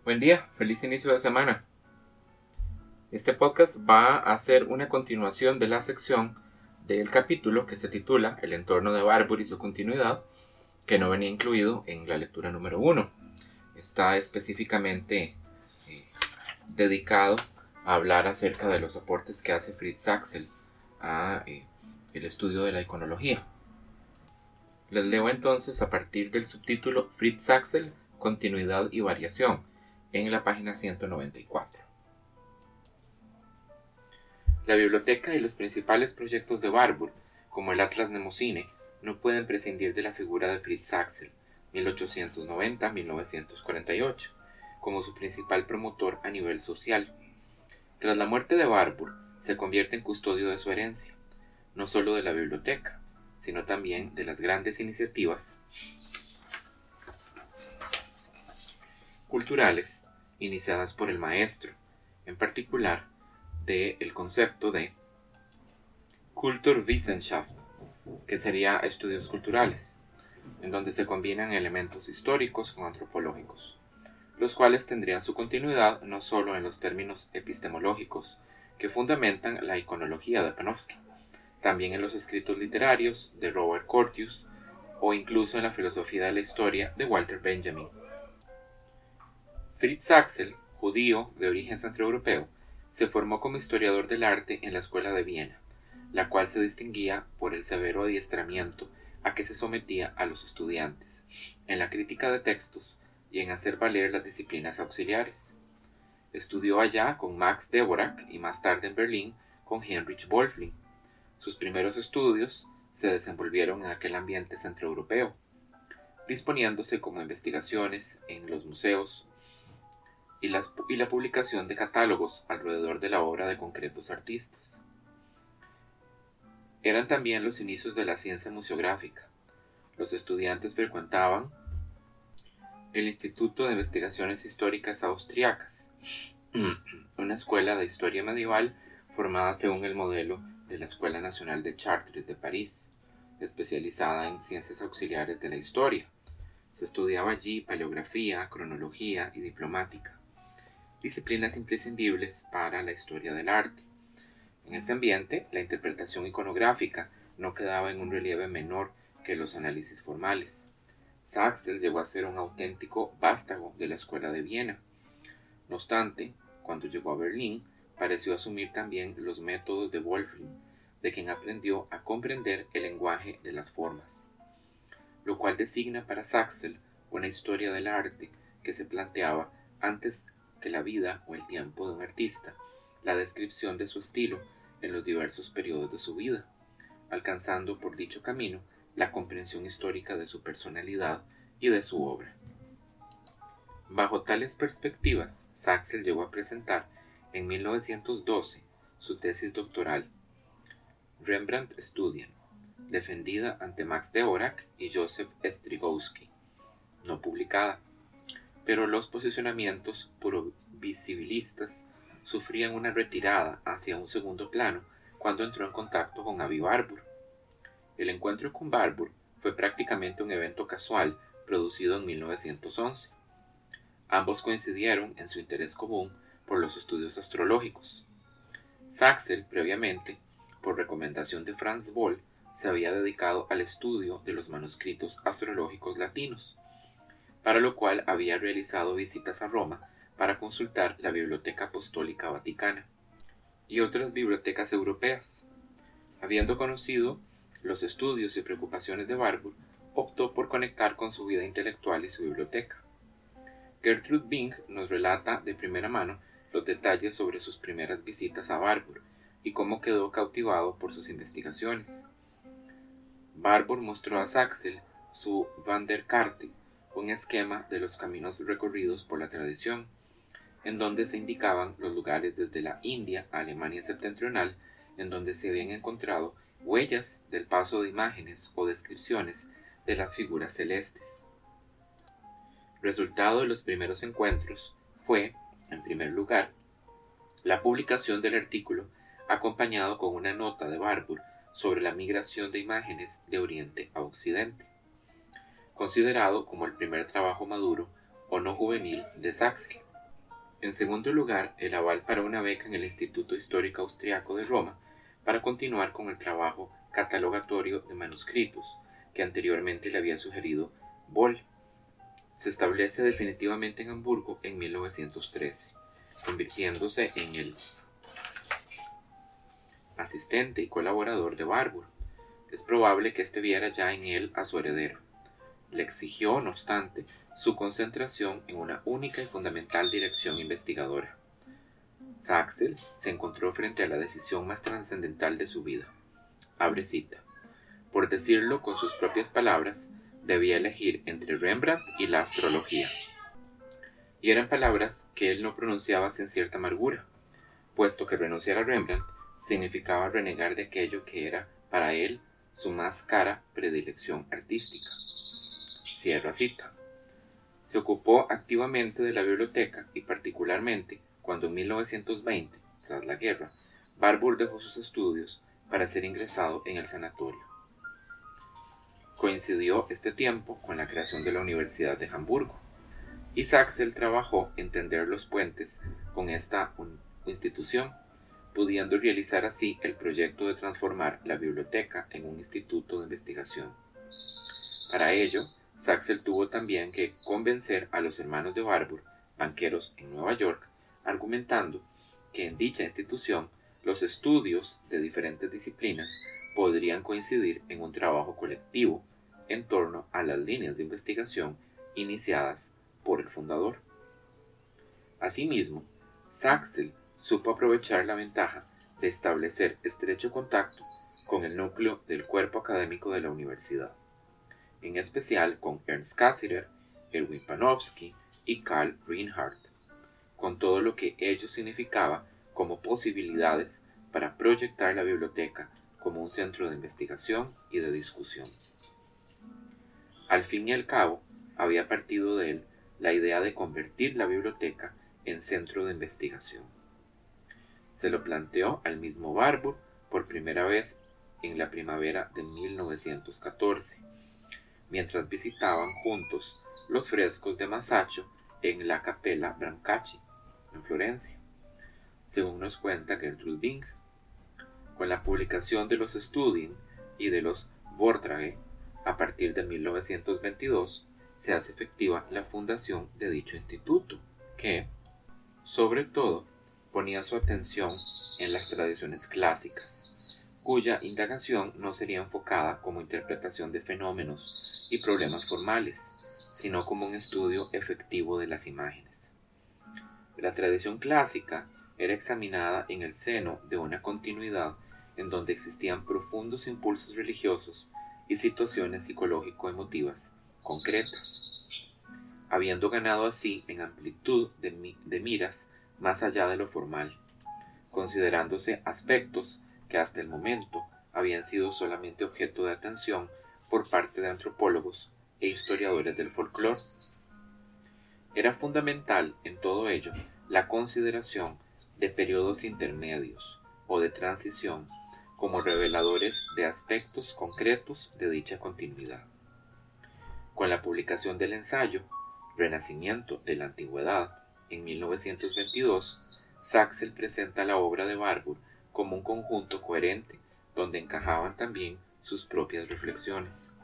Buen día, feliz inicio de semana. Este podcast va a ser una continuación de la sección del capítulo que se titula El entorno de Barbour y su continuidad, que no venía incluido en la lectura número 1. Está específicamente dedicado a hablar acerca de los aportes que hace Fritz Axel a el estudio de la iconología. Les leo entonces a partir del subtítulo Fritz Axel, continuidad y variación, en la página 194. La biblioteca y los principales proyectos de Barbour, como el Atlas Mnemosyne, no pueden prescindir de la figura de Fritz Axel, 1890-1948, como su principal promotor a nivel social. Tras la muerte de Barbour, se convierte en custodio de su herencia, no solo de la biblioteca, sino también de las grandes iniciativas culturales iniciadas por el maestro, en particular del concepto de Kulturwissenschaft, que sería estudios culturales, en donde se combinan elementos históricos con antropológicos, los cuales tendrían su continuidad no solo en los términos epistemológicos que fundamentan la iconología de Panofsky, también en los escritos literarios de Robert Curtius o incluso en la filosofía de la historia de Walter Benjamin. Fritz Axel, judío de origen centroeuropeo, se formó como historiador del arte en la Escuela de Viena, la cual se distinguía por el severo adiestramiento a que se sometía a los estudiantes, en la crítica de textos y en hacer valer las disciplinas auxiliares. Estudió allá con Max Dvorak y más tarde en Berlín con Heinrich Böllfing. Sus primeros estudios se desenvolvieron en aquel ambiente centroeuropeo, disponiéndose como investigaciones en los museos y la publicación de catálogos alrededor de la obra de concretos artistas. Eran también los inicios de la ciencia museográfica. Los estudiantes frecuentaban el Instituto de Investigaciones Históricas Austriacas, una escuela de historia medieval formada según el modelo de la Escuela Nacional de Chartres de París, especializada en ciencias auxiliares de la historia. Se estudiaba allí paleografía, cronología y diplomática, disciplinas imprescindibles para la historia del arte. En este ambiente, la interpretación iconográfica no quedaba en un relieve menor que los análisis formales. Axel llegó a ser un auténtico vástago de la escuela de Viena. No obstante, cuando llegó a Berlín, pareció asumir también los métodos de Böllfing, de quien aprendió a comprender el lenguaje de las formas, lo cual designa para Axel una historia del arte que se planteaba antes que la vida o el tiempo de un artista, la descripción de su estilo en los diversos periodos de su vida, alcanzando por dicho camino la comprensión histórica de su personalidad y de su obra. Bajo tales perspectivas, Axel llegó a presentar en 1912 su tesis doctoral, Rembrandt-Studien, defendida ante Max Dvorak y Joseph Strigowski, no publicada, pero los posicionamientos puro-visibilistas sufrían una retirada hacia un segundo plano cuando entró en contacto con Avi Barbour. El encuentro con Barbour fue prácticamente un evento casual producido en 1911. Ambos coincidieron en su interés común por los estudios astrológicos. Axel, previamente, por recomendación de Franz Boll, se había dedicado al estudio de los manuscritos astrológicos latinos, para lo cual había realizado visitas a Roma para consultar la Biblioteca Apostólica Vaticana y otras bibliotecas europeas. Habiendo conocido los estudios y preocupaciones de Barbour, optó por conectar con su vida intelectual y su biblioteca. Gertrude Bing nos relata de primera mano los detalles sobre sus primeras visitas a Barbour y cómo quedó cautivado por sus investigaciones. Barbour mostró a Axel su Van der Karte, un esquema de los caminos recorridos por la tradición, en donde se indicaban los lugares desde la India a Alemania septentrional, en donde se habían encontrado huellas del paso de imágenes o descripciones de las figuras celestes. Resultado de los primeros encuentros fue, en primer lugar, la publicación del artículo acompañado con una nota de Barbour sobre la migración de imágenes de Oriente a Occidente, considerado como el primer trabajo maduro o no juvenil de Axel. En segundo lugar, el aval para una beca en el Instituto Histórico Austriaco de Roma para continuar con el trabajo catalogatorio de manuscritos que anteriormente le había sugerido Boll. Se establece definitivamente en Hamburgo en 1913, convirtiéndose en el asistente y colaborador de Barbour. Es probable que éste viera ya en él a su heredero. Le exigió, no obstante, su concentración en una única y fundamental dirección investigadora. Saxel se encontró frente a la decisión más trascendental de su vida. Abre cita. Por decirlo con sus propias palabras, debía elegir entre Rembrandt y la astrología. Y eran palabras que él no pronunciaba sin cierta amargura, puesto que renunciar a Rembrandt significaba renegar de aquello que era para él su más cara predilección artística. Cierra cita. Se ocupó activamente de la biblioteca y particularmente cuando en 1920, tras la guerra, Barbour dejó sus estudios para ser ingresado en el sanatorio. Coincidió este tiempo con la creación de la Universidad de Hamburgo, y Saxel trabajó en tender los puentes con esta institución, pudiendo realizar así el proyecto de transformar la biblioteca en un instituto de investigación. Para ello, Saxel tuvo también que convencer a los hermanos de Barbour, banqueros en Nueva York, argumentando que en dicha institución los estudios de diferentes disciplinas podrían coincidir en un trabajo colectivo en torno a las líneas de investigación iniciadas por el fundador. Asimismo, Saxel supo aprovechar la ventaja de establecer estrecho contacto con el núcleo del cuerpo académico de la universidad, en especial con Ernst Cassirer, Erwin Panofsky y Karl Reinhardt, con todo lo que ello significaba como posibilidades para proyectar la biblioteca como un centro de investigación y de discusión. Al fin y al cabo, había partido de él la idea de convertir la biblioteca en centro de investigación. Se lo planteó al mismo Barbour por primera vez en la primavera de 1914, mientras visitaban juntos los frescos de Masaccio en la Capella Brancacci, en Florencia, según nos cuenta Gertrude Bing. Con la publicación de los Studien y de los Vorträge, a partir de 1922, se hace efectiva la fundación de dicho instituto, que, sobre todo, ponía su atención en las tradiciones clásicas, cuya indagación no sería enfocada como interpretación de fenómenos y problemas formales, sino como un estudio efectivo de las imágenes. La tradición clásica era examinada en el seno de una continuidad en donde existían profundos impulsos religiosos y situaciones psicológico-emotivas concretas, habiendo ganado así en amplitud de miras más allá de lo formal, considerándose aspectos que hasta el momento habían sido solamente objeto de atención por parte de antropólogos e historiadores del folclore. Era fundamental en todo ello la consideración de periodos intermedios o de transición como reveladores de aspectos concretos de dicha continuidad. Con la publicación del ensayo Renacimiento de la Antigüedad en 1922, Saxel presenta la obra de Barbour como un conjunto coherente donde encajaban también sus propias reflexiones.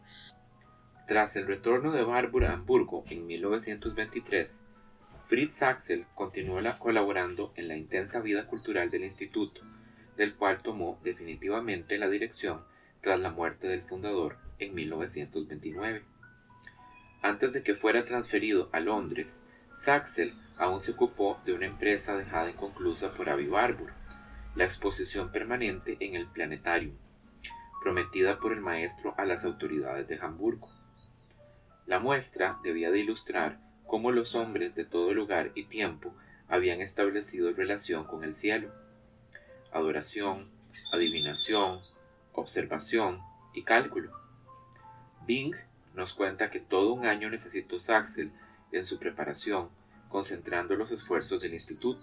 Tras el retorno de Barbour a Hamburgo en 1923, Fritz Saxel continuó colaborando en la intensa vida cultural del instituto, del cual tomó definitivamente la dirección tras la muerte del fundador en 1929. Antes de que fuera transferido a Londres, Saxel aún se ocupó de una empresa dejada inconclusa por Aby Warburg, la exposición permanente en el Planetarium, prometida por el maestro a las autoridades de Hamburgo. La muestra debía de ilustrar cómo los hombres de todo lugar y tiempo habían establecido relación con el cielo. Adoración, adivinación, observación y cálculo. Bing nos cuenta que todo un año necesitó Saxel en su preparación, concentrando los esfuerzos del instituto.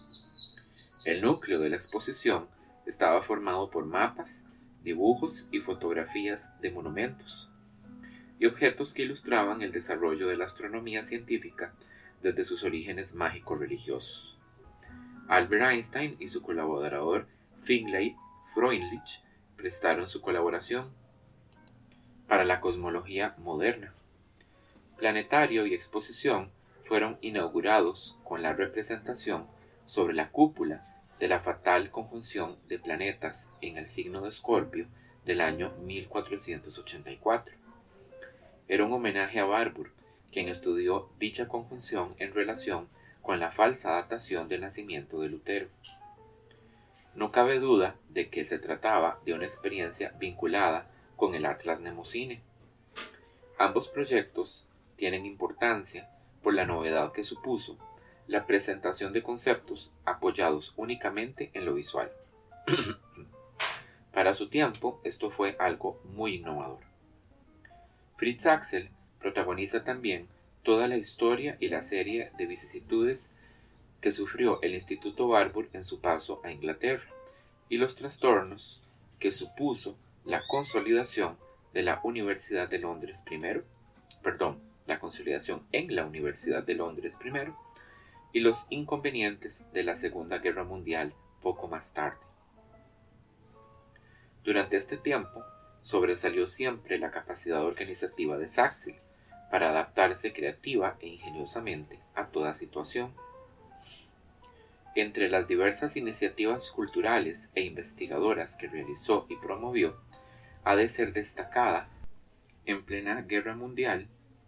El núcleo de la exposición estaba formado por mapas, dibujos y fotografías de monumentos y objetos que ilustraban el desarrollo de la astronomía científica desde sus orígenes mágico-religiosos. Albert Einstein y su colaborador Finlay Freundlich prestaron su colaboración para la cosmología moderna. Planetario y exposición fueron inaugurados con la representación sobre la cúpula de la fatal conjunción de planetas en el signo de Escorpio del año 1484. Era un homenaje a Barbour, quien estudió dicha conjunción en relación con la falsa datación del nacimiento de Lutero. No cabe duda de que se trataba de una experiencia vinculada con el Atlas Mnemosyne. Ambos proyectos tienen importancia por la novedad que supuso la presentación de conceptos apoyados únicamente en lo visual. Para su tiempo, esto fue algo muy innovador. Fritz Axel protagoniza también toda la historia y la serie de vicisitudes que sufrió el Instituto Barbour en su paso a Inglaterra y los trastornos que supuso la consolidación de la Universidad de Londres la consolidación en la Universidad de Londres primero y los inconvenientes de la Segunda Guerra Mundial poco más tarde. Durante este tiempo sobresalió siempre la capacidad organizativa de Saxel para adaptarse creativa e ingeniosamente a toda situación. Entre las diversas iniciativas culturales e investigadoras que realizó y promovió, ha de ser destacada, en plena Guerra Mundial,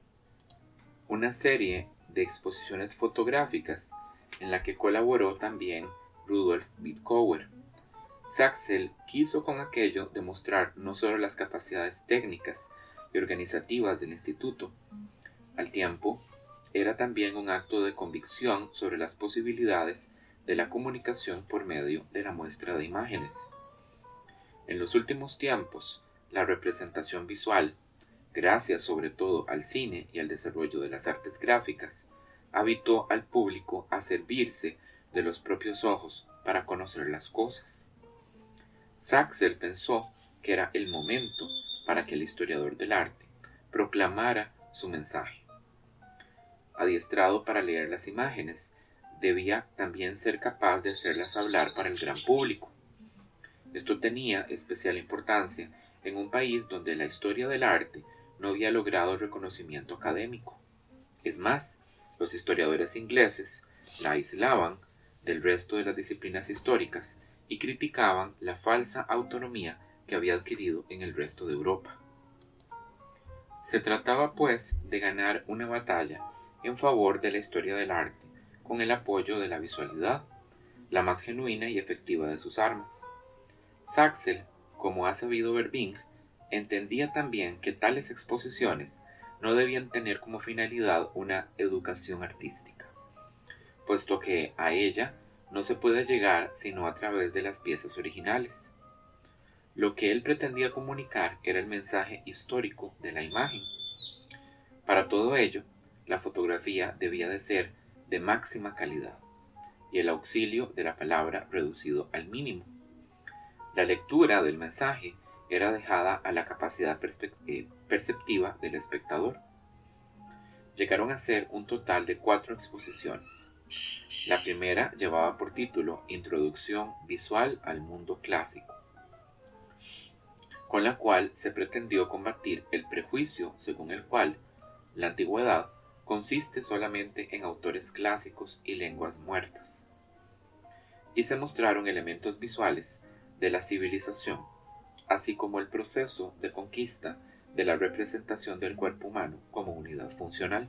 una serie de exposiciones fotográficas en la que colaboró también Rudolf Virchow. Saxel quiso con aquello demostrar no solo las capacidades técnicas y organizativas del instituto, al tiempo era también un acto de convicción sobre las posibilidades de la comunicación por medio de la muestra de imágenes. En los últimos tiempos, la representación visual, gracias sobre todo al cine y al desarrollo de las artes gráficas, habitó al público a servirse de los propios ojos para conocer las cosas. Saxel pensó que era el momento para que el historiador del arte proclamara su mensaje. Adiestrado para leer las imágenes, debía también ser capaz de hacerlas hablar para el gran público. Esto tenía especial importancia en un país donde la historia del arte no había logrado reconocimiento académico. Es más, los historiadores ingleses la aislaban del resto de las disciplinas históricas y criticaban la falsa autonomía que había adquirido en el resto de Europa. Se trataba, pues, de ganar una batalla en favor de la historia del arte, con el apoyo de la visualidad, la más genuina y efectiva de sus armas. Saxel, como ha sabido Berbing, entendía también que tales exposiciones no debían tener como finalidad una educación artística, puesto que a ella no se puede llegar sino a través de las piezas originales. Lo que él pretendía comunicar era el mensaje histórico de la imagen. Para todo ello, la fotografía debía de ser de máxima calidad y el auxilio de la palabra reducido al mínimo. La lectura del mensaje era dejada a la capacidad perceptiva del espectador. Llegaron a ser un total de 4 exposiciones. La primera llevaba por título Introducción visual al mundo clásico, con la cual se pretendió combatir el prejuicio según el cual la antigüedad consiste solamente en autores clásicos y lenguas muertas. Y se mostraron elementos visuales de la civilización, así como el proceso de conquista de la representación del cuerpo humano como unidad funcional.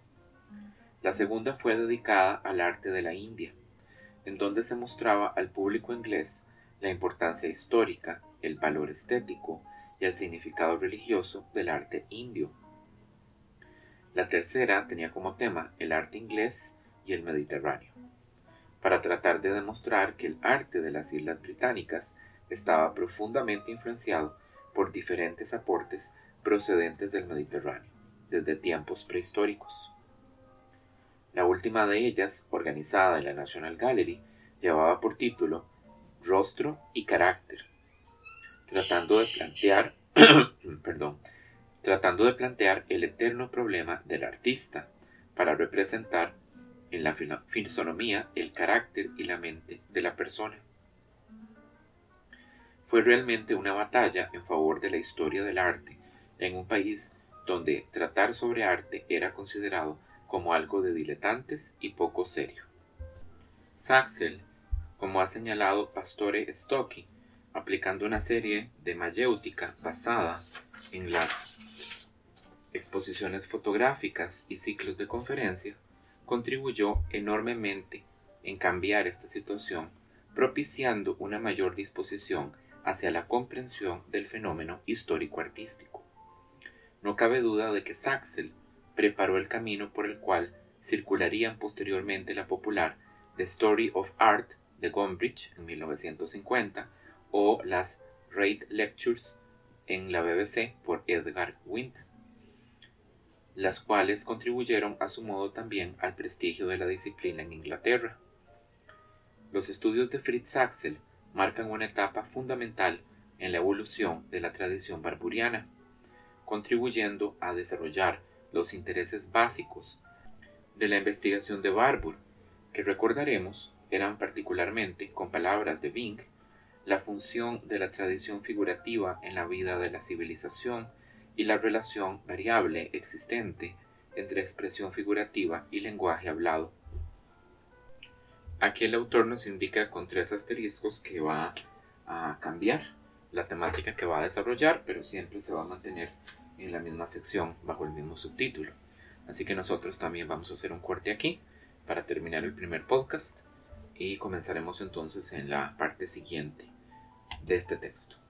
La segunda fue dedicada al arte de la India, en donde se mostraba al público inglés la importancia histórica, el valor estético y el significado religioso del arte indio. La tercera tenía como tema el arte inglés y el Mediterráneo, para tratar de demostrar que el arte de las Islas Británicas estaba profundamente influenciado por diferentes aportes procedentes del Mediterráneo, desde tiempos prehistóricos. La última de ellas, organizada en la National Gallery, llevaba por título Rostro y Carácter, tratando de plantear el eterno problema del artista para representar en la fisonomía, el carácter y la mente de la persona. Fue realmente una batalla en favor de la historia del arte en un país donde tratar sobre arte era considerado como algo de diletantes y poco serio. Saxel, como ha señalado Pastore Stocchi, aplicando una serie de mayéutica basada en las exposiciones fotográficas y ciclos de conferencia, contribuyó enormemente en cambiar esta situación, propiciando una mayor disposición hacia la comprensión del fenómeno histórico-artístico. No cabe duda de que Saxel preparó el camino por el cual circularían posteriormente la popular The Story of Art de Gombrich en 1950 o las Rate Lectures en la BBC por Edgar Wind, las cuales contribuyeron a su modo también al prestigio de la disciplina en Inglaterra. Los estudios de Fritz Saxel marcan una etapa fundamental en la evolución de la tradición barburiana, contribuyendo a desarrollar los intereses básicos de la investigación de Barbour, que recordaremos eran particularmente, con palabras de Bing, la función de la tradición figurativa en la vida de la civilización y la relación variable existente entre expresión figurativa y lenguaje hablado. Aquí el autor nos indica con 3 asteriscos que va a cambiar la temática que va a desarrollar, pero siempre se va a mantener en la misma sección bajo el mismo subtítulo. Así que nosotros también vamos a hacer un corte aquí para terminar el primer podcast y comenzaremos entonces en la parte siguiente de este texto.